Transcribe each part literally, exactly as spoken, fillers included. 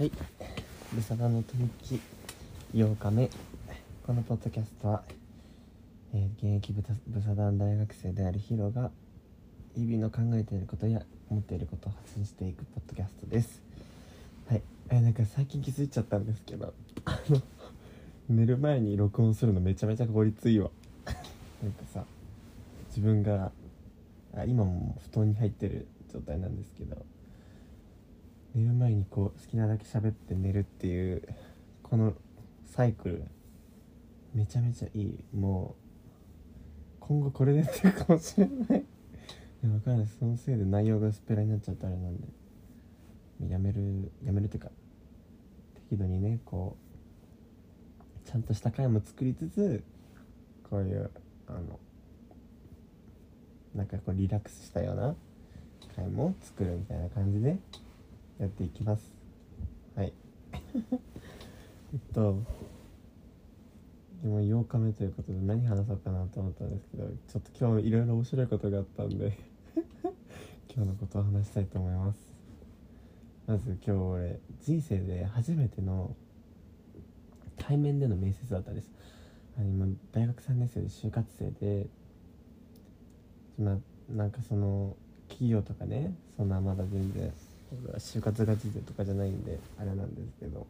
はいブサダの取引ようかめ。このポッドキャストは、えー、現役ブタブサダン大学生であるヒロが日々の考えていることや思っていることを発信していくポッドキャストです。はい、えー、なんか最近気づいちゃったんですけどあの寝る前に録音するのめちゃめちゃ効率いいわなんかさ、自分があ今も布団に入ってる状態なんですけど、寝る前にこう好きなだけ喋って寝るっていうこのサイクルめちゃめちゃいい。もう今後これでやってるかもしれないいや分からない。そのせいで内容が薄っぺらになっちゃったあれなんでやめるやめるっていうか適度にね、こうちゃんとした回も作りつつ、こういうあのなんかこうリラックスしたような回も作るみたいな感じでやっていきます。はいえっとでもようかめということで何話そうかなと思ったんですけど、ちょっと今日いろいろ面白いことがあったんで今日のことを話したいと思います。まず今日俺人生で初めての対面での面接だったんです。あの今大学さんねん生で就活生で、まあなんかその企業とかね、そんなまだ全然俺は就活ガチ勢とかじゃないんであれなんですけど、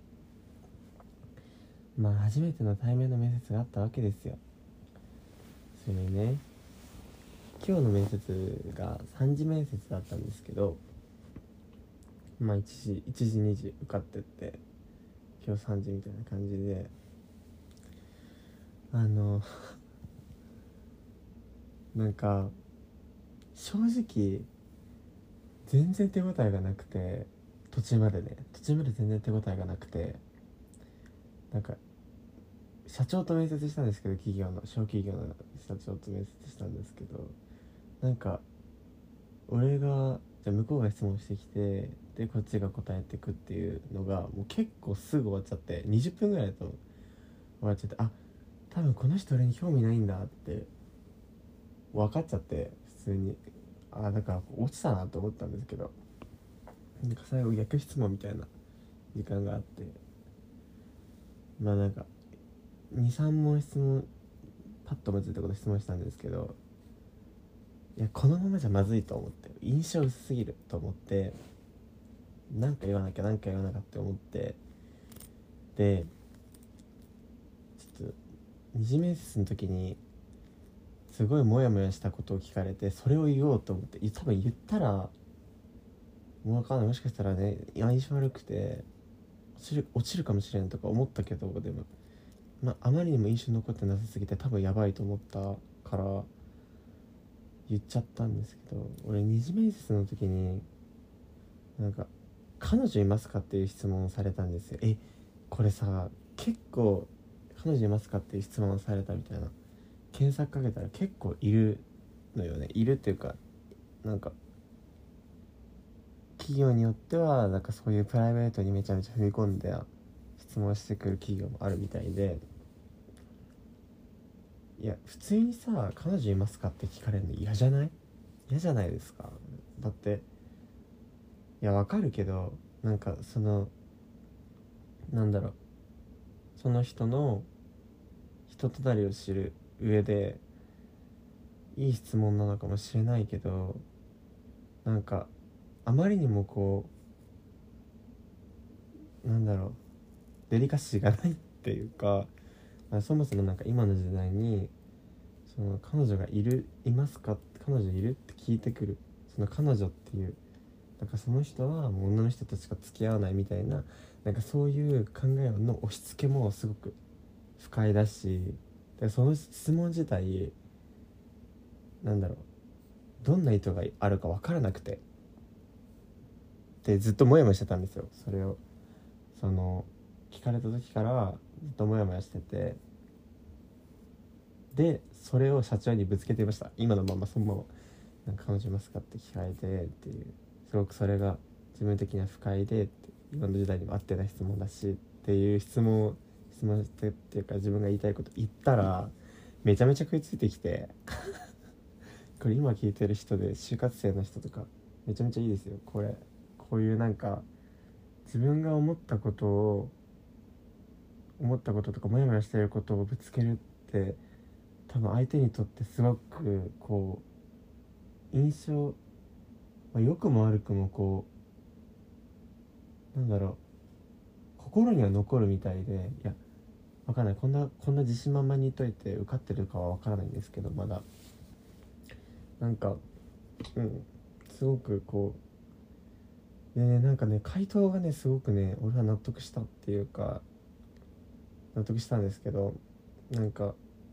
まあ初めての対面の面接があったわけですよ。それにね、今日の面接がさんじ面接だったんですけど、まあいちじいちじにじ受かってって、今日さんじみたいな感じで、あのなんか正直全然手応えがなくて、途中までね途中まで全然手応えがなくて、なんか社長と面接したんですけど、企業の小企業の社長と面接したんですけど、なんか俺がじゃあ向こうが質問してきて、でこっちが答えてくっていうのがもう結構すぐ終わっちゃって、にじゅっぷんぐらいだと終わっちゃって、あ多分この人俺に興味ないんだって分かっちゃって、普通にあだから落ちたなと思ったんですけど、なんか最後逆質問みたいな時間があって、まあなんかにさん問質問パッと思いついたこと質問したんですけど、いやこのままじゃまずいと思って、印象薄すぎると思って、なんか言わなきゃなんか言わなきゃって思って、でちょっと二次面接の時にすごいモヤモヤしたことを聞かれて、それを言おうと思って、多分言ったらもう分かんない、もしかしたらね印象悪くて落ちる落ちるかもしれんとか思ったけど、でも、まあ、あまりにも印象残ってなさすぎて多分やばいと思ったから言っちゃったんですけど、俺二次面接の時になんか彼女いますかっていう質問をされたんですよ。えこれさ結構彼女いますかっていう質問をされたみたいな、検索かけたら結構いるのよね。いるっていうか、なんか企業によってはなんかそういうプライベートにめちゃめちゃ踏み込んで質問してくる企業もあるみたいで、いや普通にさ彼女いますかって聞かれるの嫌じゃない？嫌じゃないですか。だっていやわかるけど、なんかそのなんだろう、その人の人となりを知る上でいい質問なのかもしれないけど、なんかあまりにもこうなんだろうデリカシーがないっていうか、まあ、そもそもなんか今の時代にその彼女がいるいますか、彼女いるって聞いてくる、その彼女っていうなんかその人はもう女の人としか付き合わないみたいな、なんかそういう考えの押し付けもすごく不快だし、でその質問自体なんだろうどんな意図があるか分からなくて、でずっとモヤモヤしてたんですよ。それをその聞かれた時からずっとモヤモヤしてて、でそれを社長にぶつけていました。今のままそのままなんか彼女いますかって聞かれてっていう、すごくそれが自分的には不快でって、今の時代にも合ってない質問だしっていう質問質問してっていうか、自分が言いたいこと言ったらめちゃめちゃ食いついてきてこれ今聞いてる人で就活生の人とかめちゃめちゃいいですよ。これこういうなんか自分が思ったことを思ったこととかモヤモヤしていることをぶつけるって多分相手にとってすごくこう印象、まあ、良くも悪くもこうなんだろう心には残るみたいで、いやわかんない、こんなこんな自信満々に言っといて受かってるかはわからないんですけど、まだなんかうんすごくこうでね、なんかね回答がねすごくね俺は納得したっていうか納得したんですけど、なんか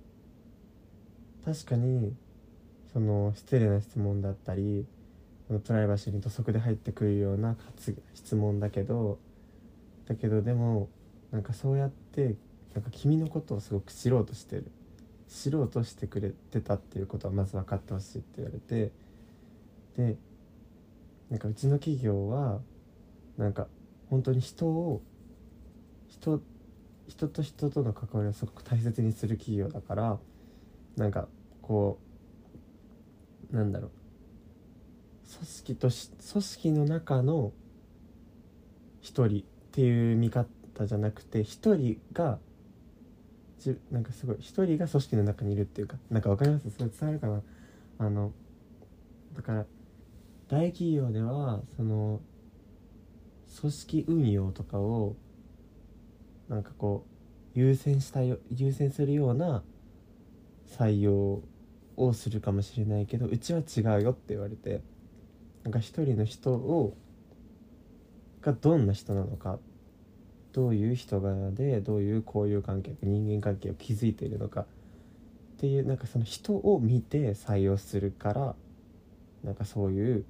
確かにその失礼な質問だったりプライバシーに土足で入ってくるような質問だけどだけどでもなんかそうやってなんか君のことをすごく知ろうとしてる知ろうとしてくれてたっていうことはまず分かってほしいって言われて、でなんかうちの企業はなんか本当に人を人人と人との関わりをすごく大切にする企業だから、なんかこうなんだろう組織とし組織の中の一人っていう見方じゃなくて、一人がじなんかすごい一人が組織の中にいるっていうか、なんかわかります？それ伝わるかな。あのだから大企業ではその組織運用とかをなんかこう優先したよ優先するような採用をするかもしれないけど、うちは違うよって言われて、なんか一人の人をがどんな人なのか、どういう人柄でどういう交友関係人間関係を築いているのかっていう、なんかその人を見て採用するから、なんかそういう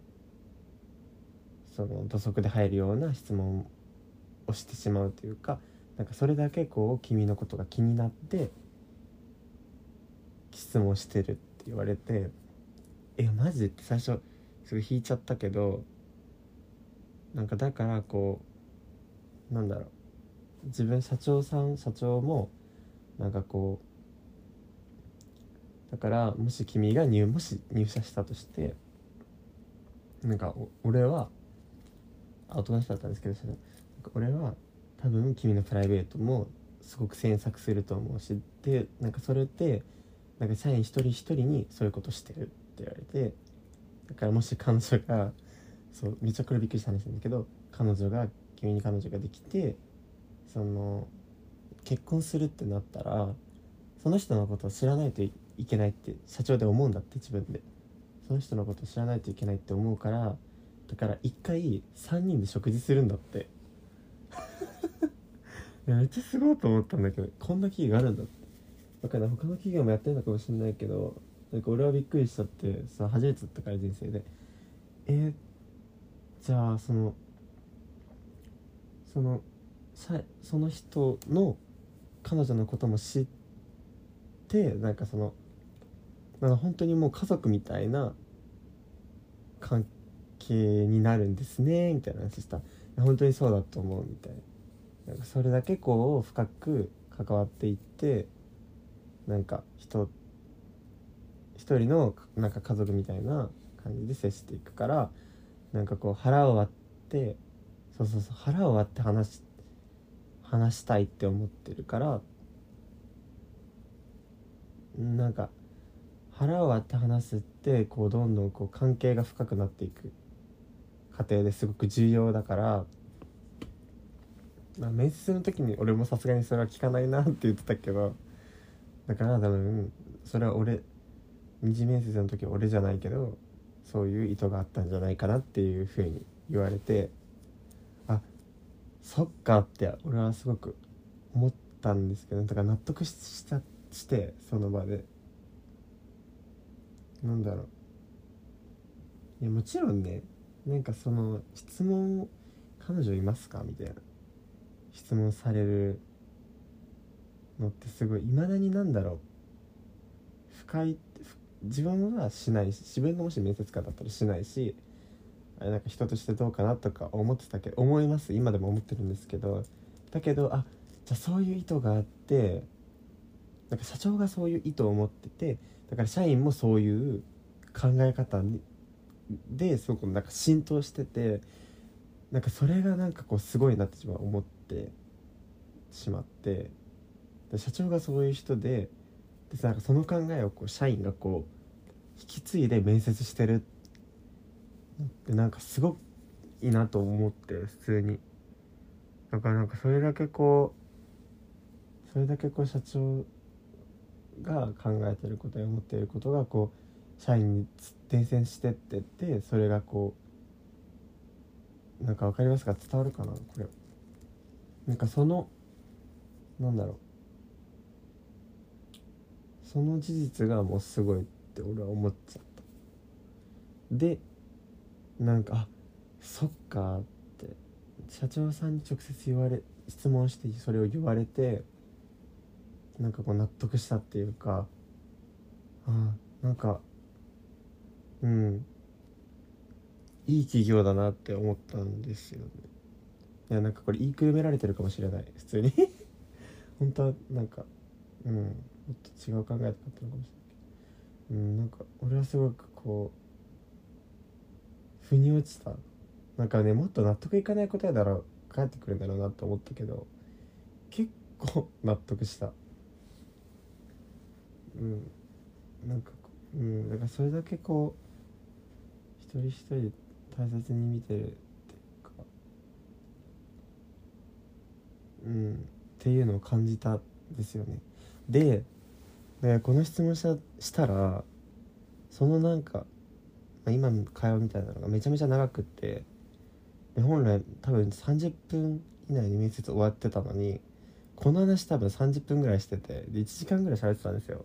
その土足で入るような質問をしてしまうというか、なんかそれだけこう君のことが気になって質問してるって言われて、えマジって最初すごい引いちゃったけど、なんかだからこうなんだろう自分社長さん社長もなんかこうだからもし君が入もし入社したとして、なんか俺はあ大人の人だったんですけど、なんか俺は多分君のプライベートもすごく詮索すると思うし、でなんかそれってなんか社員一人一人にそういうことしてるって言われて、だからもし彼女がそうめちゃくちゃびっくりした話なんだけど、彼女が君に彼女ができてその結婚するってなったらその人のことを知らないといけないって社長で思うんだって、自分でその人のことを知らないといけないって思うから、だから一回さんにんで食事するんだって。いやめっちゃすごいと思ったんだけど、こんな企業あるんだって。だから他の企業もやってるのかもしれないけど、なんか俺はびっくりしちゃってさ、初めてだったから人生で、えー、じゃあそのそのその人の彼女のことも知って、なんかそのなんか本当にもう家族みたいな関係になるんですねみたいな話したら、本当にそうだと思うみたいな、なんかそれだけこう深く関わっていって、なんか人一人のなんか家族みたいな感じで接していくから、なんかこう腹を割ってそうそうそう腹を割って話し話したいって思ってるから、なんか腹を割って話すってこうどんどんこう関係が深くなっていく過程ですごく重要だから、まあ、面接の時に俺もさすがにそれは聞かないなって言ってたけど、だから多分それは俺二次面接の時は俺じゃないけどそういう意図があったんじゃないかなっていう風に言われて、あそっかって俺はすごく思ったんですけど、だから納得しちゃしてその場で、なんだろう、いやもちろんね、なんかその質問彼女いますかみたいな質問されるのってすごい未だになんだろう深い、自分はしないし、自分がもし面接官だったらしないし、あれなんか人としてどうかなとか思ってたけど、思います、今でも思ってるんですけど、だけどあじゃあそういう意図があって、なんか社長がそういう意図を持ってて、だから社員もそういう考え方にですごくなんか浸透してて、 なんかそれがなんかこうすごいなって自分は思ってしまって、で社長がそういう人で、でなんかその考えをこう社員がこう引き継いで面接してるってなんかすごくいいなと思って、普通にだからなんかそれだけこうそれだけこう社長が考えてることや思っていることがこう社員に伝染してってって、それがこうなんか分かりますか、伝わるかなこれ。なんかそのなんだろうその事実がもうすごいって俺は思っちゃった。でなんかあそっかって社長さんに直接言われ質問してそれを言われて、なんかこう納得したっていうか、あなんかうんいい企業だなって思ったんですよね。いやなんかこれ言いくるめられてるかもしれない普通に本当はなんかうんもっと違う考えとかったのかもしれないけど、うんなんか俺はすごくこう腑に落ちた。なんかねもっと納得いかない答えだろう返ってくるんだろうなと思ったけど、結構納得した。うんなんかうんだからそれだけこう一人一人大切に見てるっていうか、うんっていうのを感じたんですよね。で、でこの質問したしたらそのなんか、まあ、今の会話みたいなのがめちゃめちゃ長くって、で本来多分さんじゅっぷん以内に面接終わってたのに、この話多分さんじゅっぷんぐらいしてて、でいちじかんぐらい喋ってたんですよ。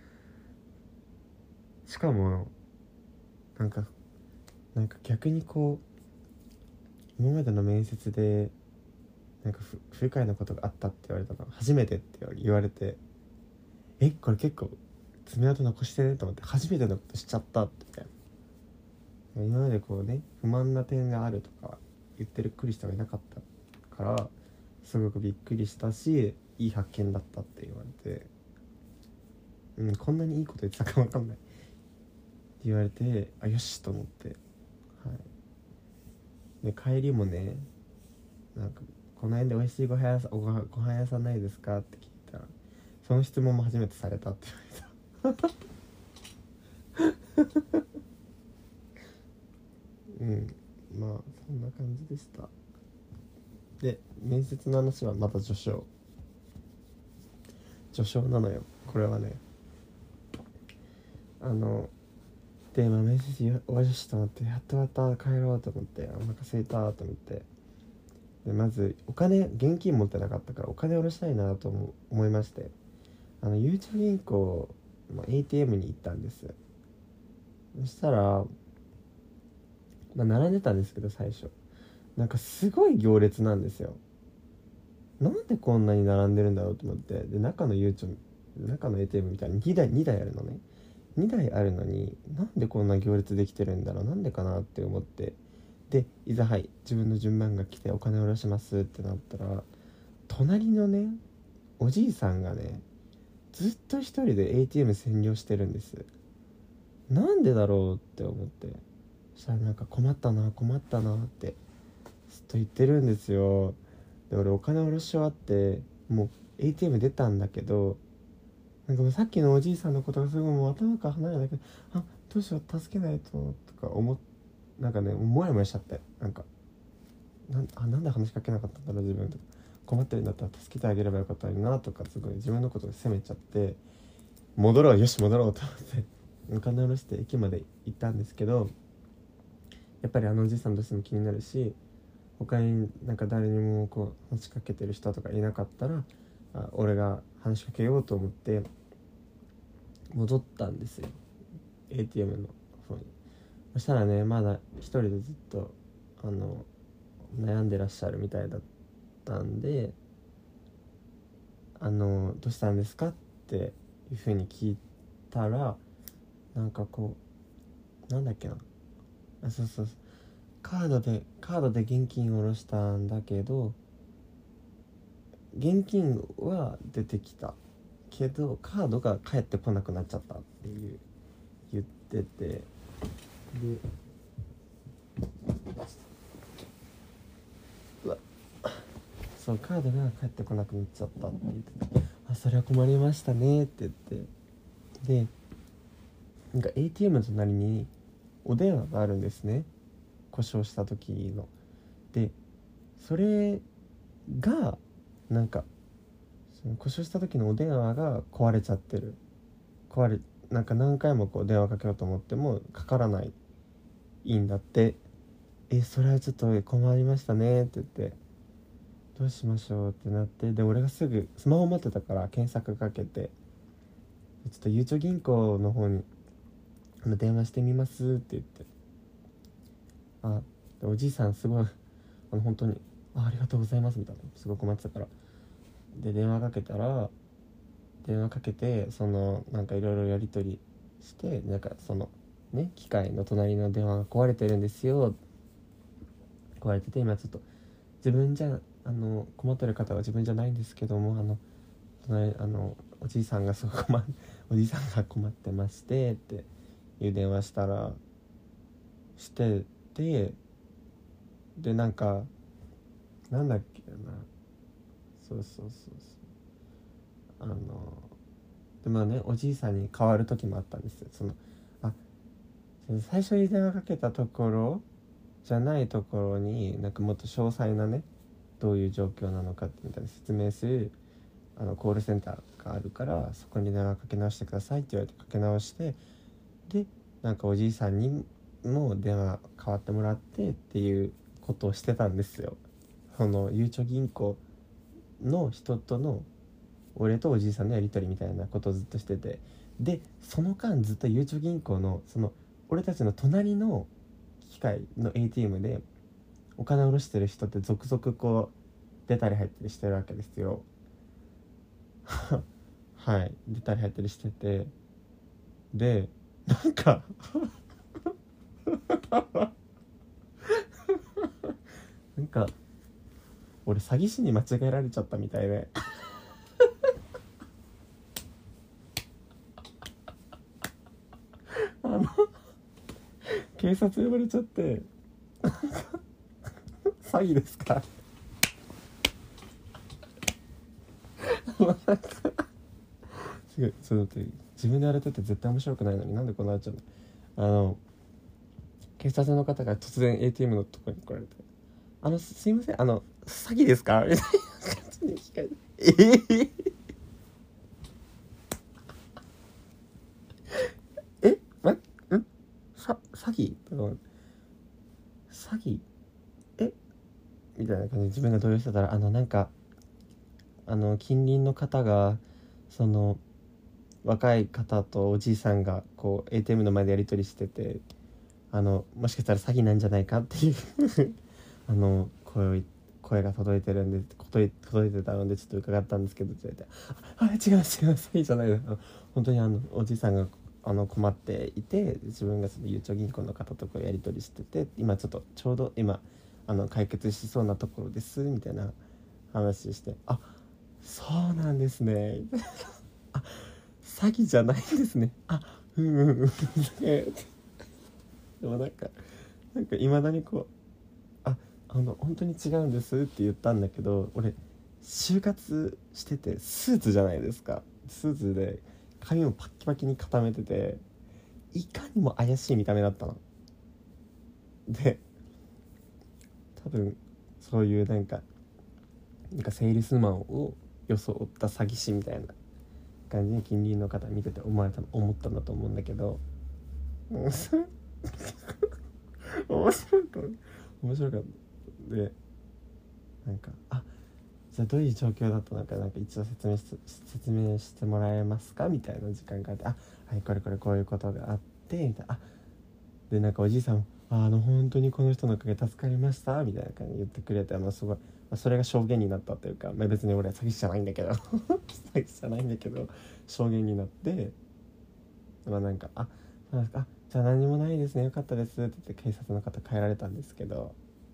しかもなんかなんか逆にこう今までの面接でなんか不不愉快なことがあったって言われたの初めてって言われて、えこれ結構爪痕残してねと思って、初めてのことしちゃったってみたいな。今までこうね不満な点があるとか言ってるくり人がいなかったからすごくびっくりしたし、いい発見だったって言われて、うんこんなにいいこと言ってたか分かんないって言われて、あよしと思って、はい。で帰りもねなんかこの辺で美味しいご飯屋さん、ごご飯屋さんないですかって聞いたら、その質問も初めてされたって言われたうんまあそんな感じでした。で面接の話はまた序章序章なのよこれはね。あので、まあ、面接終わりしたと思って、やっと終わった帰ろうと思って、お腹空いたと思って、でまずお金現金持ってなかったからお金下ろしたいなと思いまして、あのゆうちょ銀行の エーティーエム に行ったんです。そしたら、まあ、並んでたんですけど最初なんかすごい行列なんですよ。なんでこんなに並んでるんだろうと思って、で中のゆうちょ中の エーティーエム みたいににだいにだいあるのね。にだいあるのになんでこんな行列できてるんだろう、なんでかなって思って、でいざはい自分の順番が来てお金を下ろしますってなったら、隣のねおじいさんがねずっと一人で エーティーエム 占領してるんです。なんでだろうって思って、そしたらなんか困ったな困ったなってずっと言ってるんですよ。で俺お金下ろし終わってもう エーティーエム 出たんだけど、なんかもうさっきのおじいさんのことがすごいもう頭から離れないけど、あどうしよう助けないととか思っなんかねもやもやしちゃって、なんかなんあなんで話しかけなかったんだろう自分とか、困ってるんだったら助けてあげればよかったのになとかすごい自分のことで責めちゃって、戻ろうよし戻ろうと思ってお金下ろして駅まで行ったんですけど、やっぱりあのおじいさんどうしても気になるし、他になんか誰にもこう話しかけてる人とかいなかったら、あ俺が話しかけようと思って戻ったんですよ エーティーエム の方に。そしたらねまだ一人でずっとあの悩んでらっしゃるみたいだったんで、あのどうしたんですかっていう風に聞いたら、なんかこうなんだっけなあそうそうそうカードでカードで現金を下ろしたんだけど現金は出てきたけどカードが返ってこなくなっちゃったっていう言ってて、でそうカードが返ってこなくなっちゃったって言ってて、あそれは困りましたねって言って、でなんか エーティーエム の隣にお電話があるんですね、故障した時の。でそれがなんかその故障した時のお電話が壊れちゃってる、壊れなんか何回もこう電話かけようと思ってもかからないいいんだって。えそれはちょっと困りましたねって言って、どうしましょうってなって、で俺がすぐスマホ持ってたから検索かけて、ちょっとゆうちょ銀行の方にあの電話してみますって言って、あでおじいさんすごいあの本当に あ, ありがとうございますみたいな、すごい困ってたから、で電話かけたら電話かけてそのなんかいろいろやり取りして、なんかそのね機械の隣の電話が壊れてるんですよ、壊れてて今ちょっと自分じゃあの困ってる方は自分じゃないんですけども、あの隣あのおじいさんがすごく困おじいさんが困ってましてっていう電話したらしてて、でなんかなんだっけな、そうそうそうそう、あのでもねおじいさんに変わる時もあったんですよ。そのあ最初に電話かけたところじゃないところになんかもっと詳細なねどういう状況なのかみたいな説明するあのコールセンターがあるから、そこに電話かけ直してくださいって言われてかけ直して、でなんかおじいさんにも電話代わってもらってっていうことをしてたんですよ。そのゆうちょ銀行の人との俺とおじいさんのやり取りみたいなことをずっとしてて、でその間ずっとゆうちょ銀行のその俺たちの隣の機械の エーティーエム でお金を下ろしてる人って続々こう出たり入ったりしてるわけですよはい出たり入ったりしてて、でなんかなんか俺詐欺師に間違えられちゃったみたいであの警察呼ばれちゃって詐欺ですか違う、そうだって自分でやれてて絶対面白くないのになんでこうなっちゃうの。あの警察の方が突然 エーティーエム のところに来られて、あのすいませんあの詐欺ですかみたいな感じに聞かれて、えー、えまんさ詐欺とか詐欺えみたいな感じで自分が動揺してたら、あのなんかあの近隣の方がその若い方とおじいさんがこう エーティーエム の前でやり取りしてて、あのもしかしたら詐欺なんじゃないかっていうあの声を声が届いてるんで届い届いてたのでちょっと伺ったんですけどって言われて、ああ違う違う詐欺じゃないです、本当にあのおじいさんがあの困っていて、自分がそのゆうちょ銀行の方とこうやり取りしてて、今ちょっとちょうど今あの解決しそうなところですみたいな話して、あそうなんですねあ詐欺じゃないんですね、あうんうんうんでもなんかなんかいまだにこうああの本当に違うんですって言ったんだけど、俺就活しててスーツじゃないですか、スーツで髪もパッキパキに固めてていかにも怪しい見た目だったので、多分そういうなんかなんかセールスマンを装った詐欺師みたいな感じに近隣の方見てて思われた思ったんだと思うんだけど、面白面白かった面白かったで、なんかあじゃあどういう状況だったのかなんか一応説明し説明してもらえますかみたいな時間があって、あはいこれこれこういうことがあってみたいな、あでなんかおじいさんああの本当にこの人のおかげで助かりましたみたいな感じで言ってくれて、まあ、すごい、まあ、それが証言になったというか、まあ、別に俺は詐欺師じゃないんだけど詐欺師じゃないんだけど証言になって、まあなんかあそうですか、あじゃあ何もないですねよかったですって言って警察の方帰られたんですけど、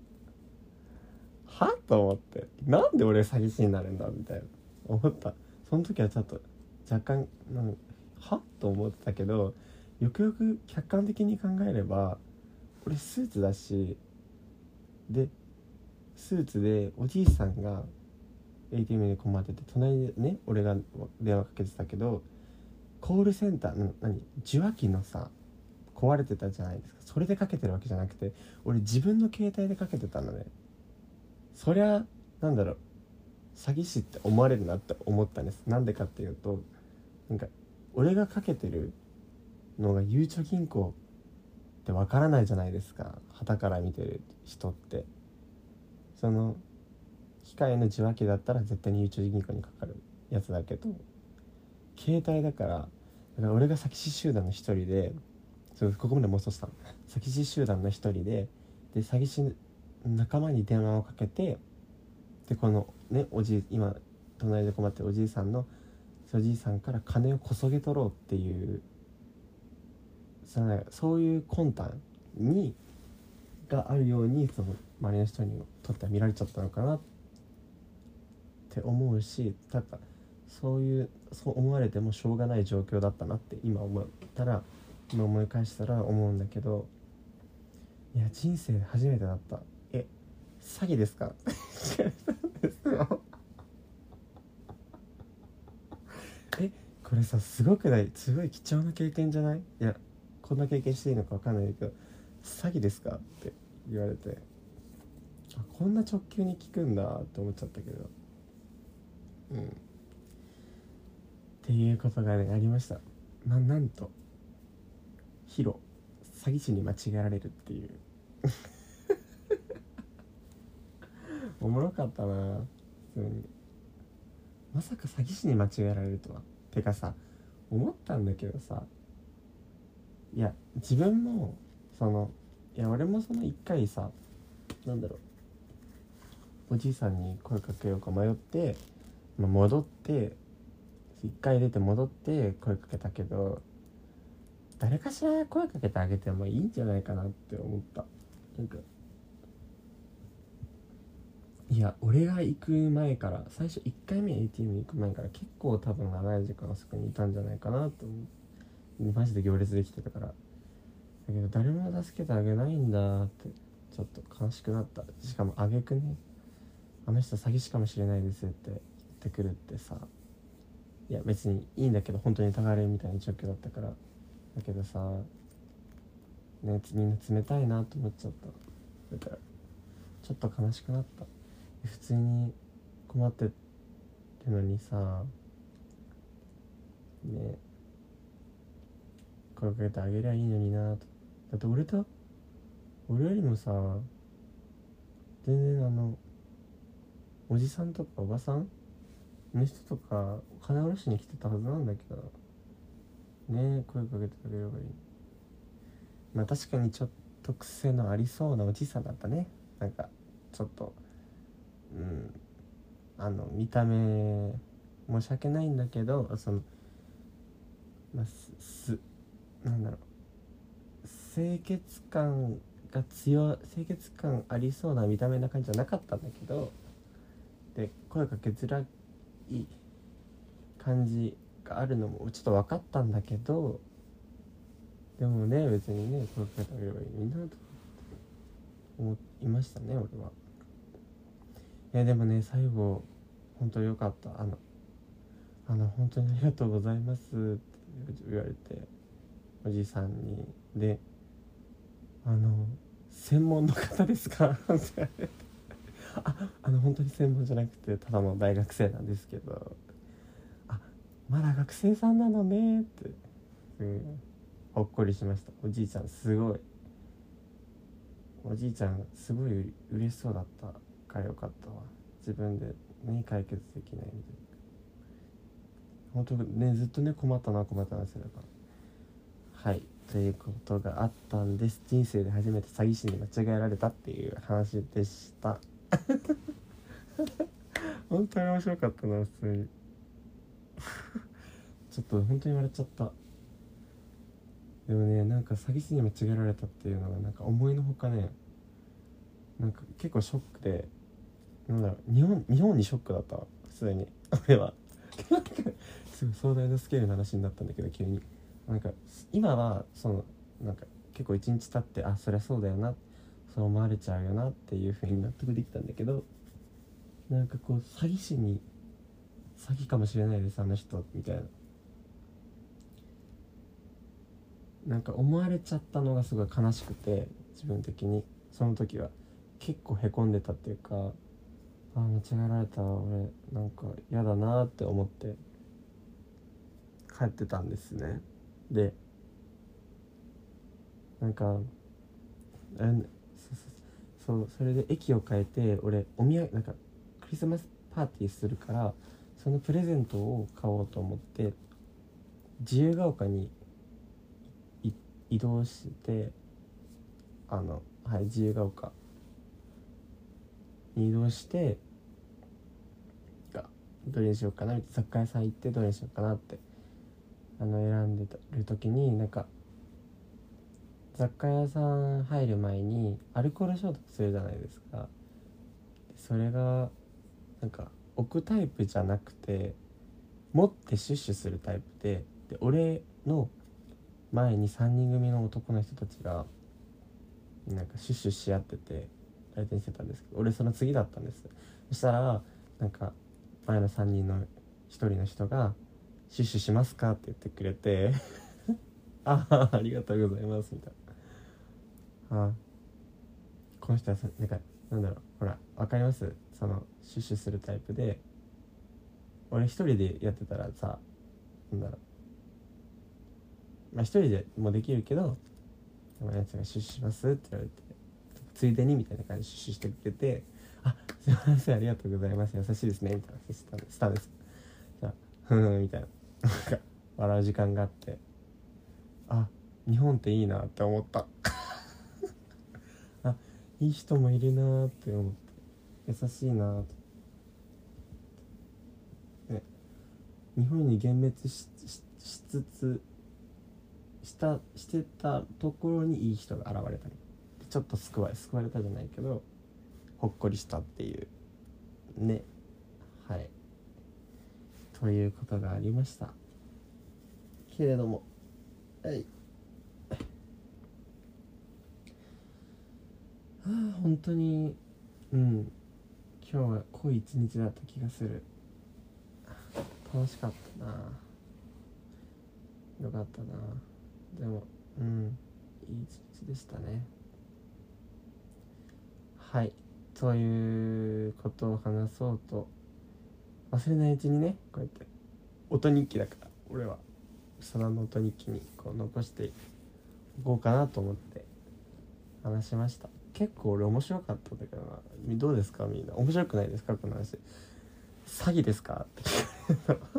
はと思って、なんで俺詐欺師になるんだみたいな思った。その時はちょっと若干なんはと思ってたけど、よくよく客観的に考えれば俺スーツだし、でスーツでおじいさんがエーティーエム に困ってて、隣でね俺が電話かけてたけど、コールセンターの何受話器のさ壊れてたじゃないですか。それでかけてるわけじゃなくて、俺自分の携帯でかけてたのね。そりゃなんだろう、詐欺師って思われるなって思ったんです。なんでかっていうと、なんか俺がかけてるのがゆうちょ銀行ってわからないじゃないですか、傍から見てる人って。その機械の受話器だったら絶対にゆうちょ銀行にかかるやつだけど、携帯だから、だから俺が詐欺師集団の一人で、そうここまで妄想したの。詐欺師集団の一人で、で詐欺師仲間に電話をかけて、でこのねおじい今隣で困ってるおじいさんのおじいさんから金をこそげ取ろうっていう、そのそういう魂胆にがあるように、その周りの人にとっては見られちゃったのかなって思うし、だからそういうそう思われてもしょうがない状況だったなって今思ったら今思い返したら思うんだけど、いや人生で初めてだった。え詐欺ですか聞かれたんですよ。えこれさすごくない？すごい貴重な経験じゃない？いやこんな経験していいのか分かんないけど、詐欺ですかって言われて、あこんな直球に聞くんだって思っちゃったけど、うんっていうことがねありました。ななんとヒロ詐欺師に間違えられるっていうおもろかったな普通に。まさか詐欺師に間違えられるとは。てかさ思ったんだけどさ、いや自分もそのいや俺もその一回さ、なんだろう、おじいさんに声かけようか迷って、まあ、戻って一回出て戻って声かけたけど、誰かしら声かけてあげてもいいんじゃないかなって思った。なんかいや俺が行く前から、最初いっかいめ エーティーエム に行く前から結構多分長い時間あそこにいたんじゃないかなと思う。マジで行列できてたから。だけど誰も助けてあげないんだってちょっと悲しくなった。しかも挙句ね、あの人詐欺師かもしれないですって言ってくるってさ、いや別にいいんだけど本当に疑われるみたいな状況だったから。だけどさね、みんな冷たいなと思っちゃった。だからちょっと悲しくなった。普通に困ってるのにさね、声かけてあげりゃいいのになと。だって俺と俺よりもさ全然あのおじさんとかおばさんの人とか金下ろしに来てたはずなんだけどね、声かけてあげればいい。まあ確かにちょっと癖のありそうなおじさんだったね。なんかちょっとうんあの見た目申し訳ないんだけど、そのまあすすなんだろう、清潔感が強い清潔感ありそうな見た目な感じじゃなかったんだけど、で声かけづらい感じがあるのもちょっと分かったんだけど、でもね別にね声かけてあげればいいなと思いましたね俺は。いやでもね最後本当良かった。あのあの本当にありがとうございますって言われて、おじいさんにで、あの専門の方ですかって言われて、ああの本当に専門じゃなくてただの大学生なんですけど、あまだ学生さんなのねって、うん、ほっこりしました。おじいちゃんすごいおじいちゃんすごい嬉しそうだったからよかったわ。自分でね解決できないんで、本当ねずっとね困ったな困ったなすれば。はいということがあったんです。人生で初めて詐欺師に間違えられたっていう話でした本当に面白かったな普通にちょっと本当に笑っちゃった。でもねなんか詐欺師に間違えられたっていうのがなんか思いのほかね、なんか結構ショックで、なんだろう、日本日本にショックだったわ普通に俺はなんかすごい壮大なスケールの話になったんだけど急に、なんか今はそのなんか結構一日経って、あそりゃそうだよなそう思われちゃうよなっていう風に納得できたんだけど、 なんかこう詐欺師に詐欺かもしれないですあの人みたいな、なんか思われちゃったのがすごい悲しくて、自分的にその時は結構へこんでたっていうか、あ間違えられた俺なんか嫌だなって思って帰ってたんですね。でなんかあれそうそうそうそれで駅を変えて、俺お土産なんかクリスマスパーティーするからそのプレゼントを買おうと思って自由が丘に移動して、あのはい自由が丘に移動してがどれにしようかなみたいな、雑貨屋さん行ってどれにしようかなってあの選んでる時に、なんか雑貨屋さん入る前にアルコール消毒するじゃないですか。それがなんか置くタイプじゃなくて持ってシュッシュするタイプで、で俺の前にさんにん組の男の人たちがなんかシュッシュし合ってて相手にしてたんですけど、俺その次だったんです。そしたらなんか前のさんにんのひとりの人がシュッシュしますかって言ってくれてああありがとうございますみたいな、あこの人はなんかなんだろう、ほらわかります、そのシュッシュするタイプで、俺一人でやってたらさ、なんだろう、まあ一人でもできるけど友達がシュッシュしますって言われて、ついでにみたいな感じでシュッシュしてくれて、あすいませんありがとうございます優しいですねみたいな話したしたんです。じゃあふーんみたいななんか笑う時間があって、あ日本っていいなって思ったあいい人もいるなって思って、優しいなって、ね、日本に幻滅 し, し, しつつしたしてたところにいい人が現れたり、ちょっと救われ救われたじゃないけどほっこりしたっていうね、はいということがありましたけれども、はいあ本当にうん今日は濃い一日だった気がする。楽しかったな、よかったな、でもうんいい一日でしたね。はいということを話そうと忘れないうちにね、こうやって音日記だから俺はサナの音日記にこう残していこうかなと思って話しました。結構俺面白かったんだけどな、どうですかみんな面白くないですかこの話。詐欺ですかって聞かれた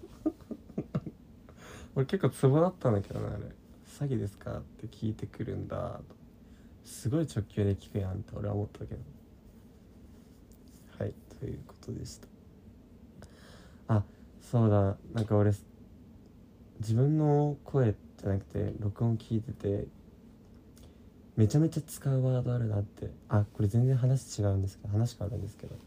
俺結構ツボだったんだけどなあれ、詐欺ですかって聞いてくるんだと、すごい直球で聞くやんって俺は思ったけど、はいということでした。あそうだ、なんか俺自分の声じゃなくて録音聞いててめちゃめちゃ使うワードあるなって、あこれ全然話違うんですけど話変わるんですけど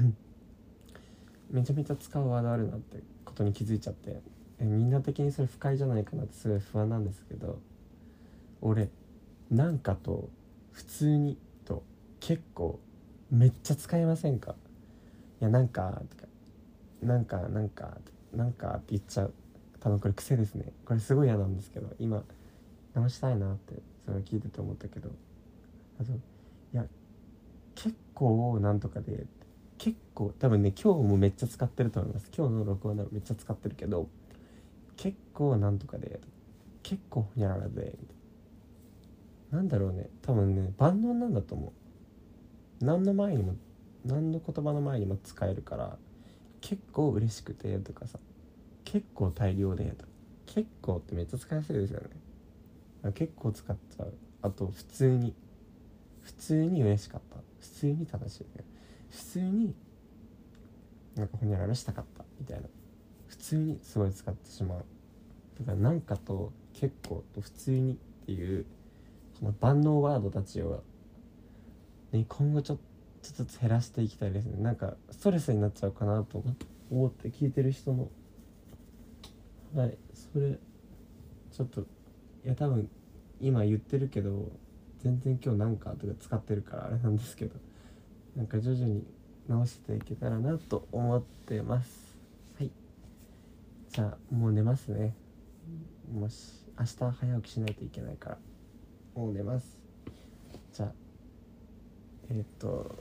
めちゃめちゃ使うワードあるなってことに気づいちゃって、えみんな的にそれ不快じゃないかなってすごい不安なんですけど、俺なんかと普通にと結構めっちゃ使いませんか。いやなんかとかなんかなんかなんかって言っちゃう、多分これ癖ですね。これすごい嫌なんですけど今直したいなってそれを聞いてて思ったけど、あといや結構なんとかで結構多分ね今日もめっちゃ使ってると思います。今日の録音でもめっちゃ使ってるけど結構なんとかで結構ほにゃららでなんだろうね、多分ね万能なんだと思う。何の前にも何の言葉の前にも使えるから結構嬉しくてとかさ、結構大量でとか結構ってめっちゃ使いやすいですよね。結構使っちゃう。あと普通に普通に嬉しかった、普通に正しい、普通になんかほにゃららしたかったみたいな、普通にすごい使ってしまう。だからなんかと結構と普通にっていうこの万能ワードたちを、ね、今後ちょっとずつ減らしていきたいですね。なんかストレスになっちゃうかなと思って聞いてる人の、はいそれちょっといや多分今言ってるけど全然今日なんかとか使ってるからあれなんですけど、なんか徐々に直していけたらなと思ってます。はい、じゃあもう寝ますね。もし明日早起きしないといけないからもう寝ます。じゃあえっ、ー、と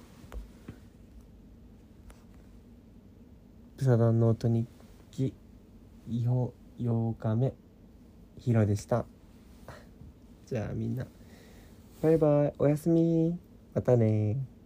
ブサダンノート日記ようかめヒロでした。じゃあみんなバイバイ、おやすみ、またね。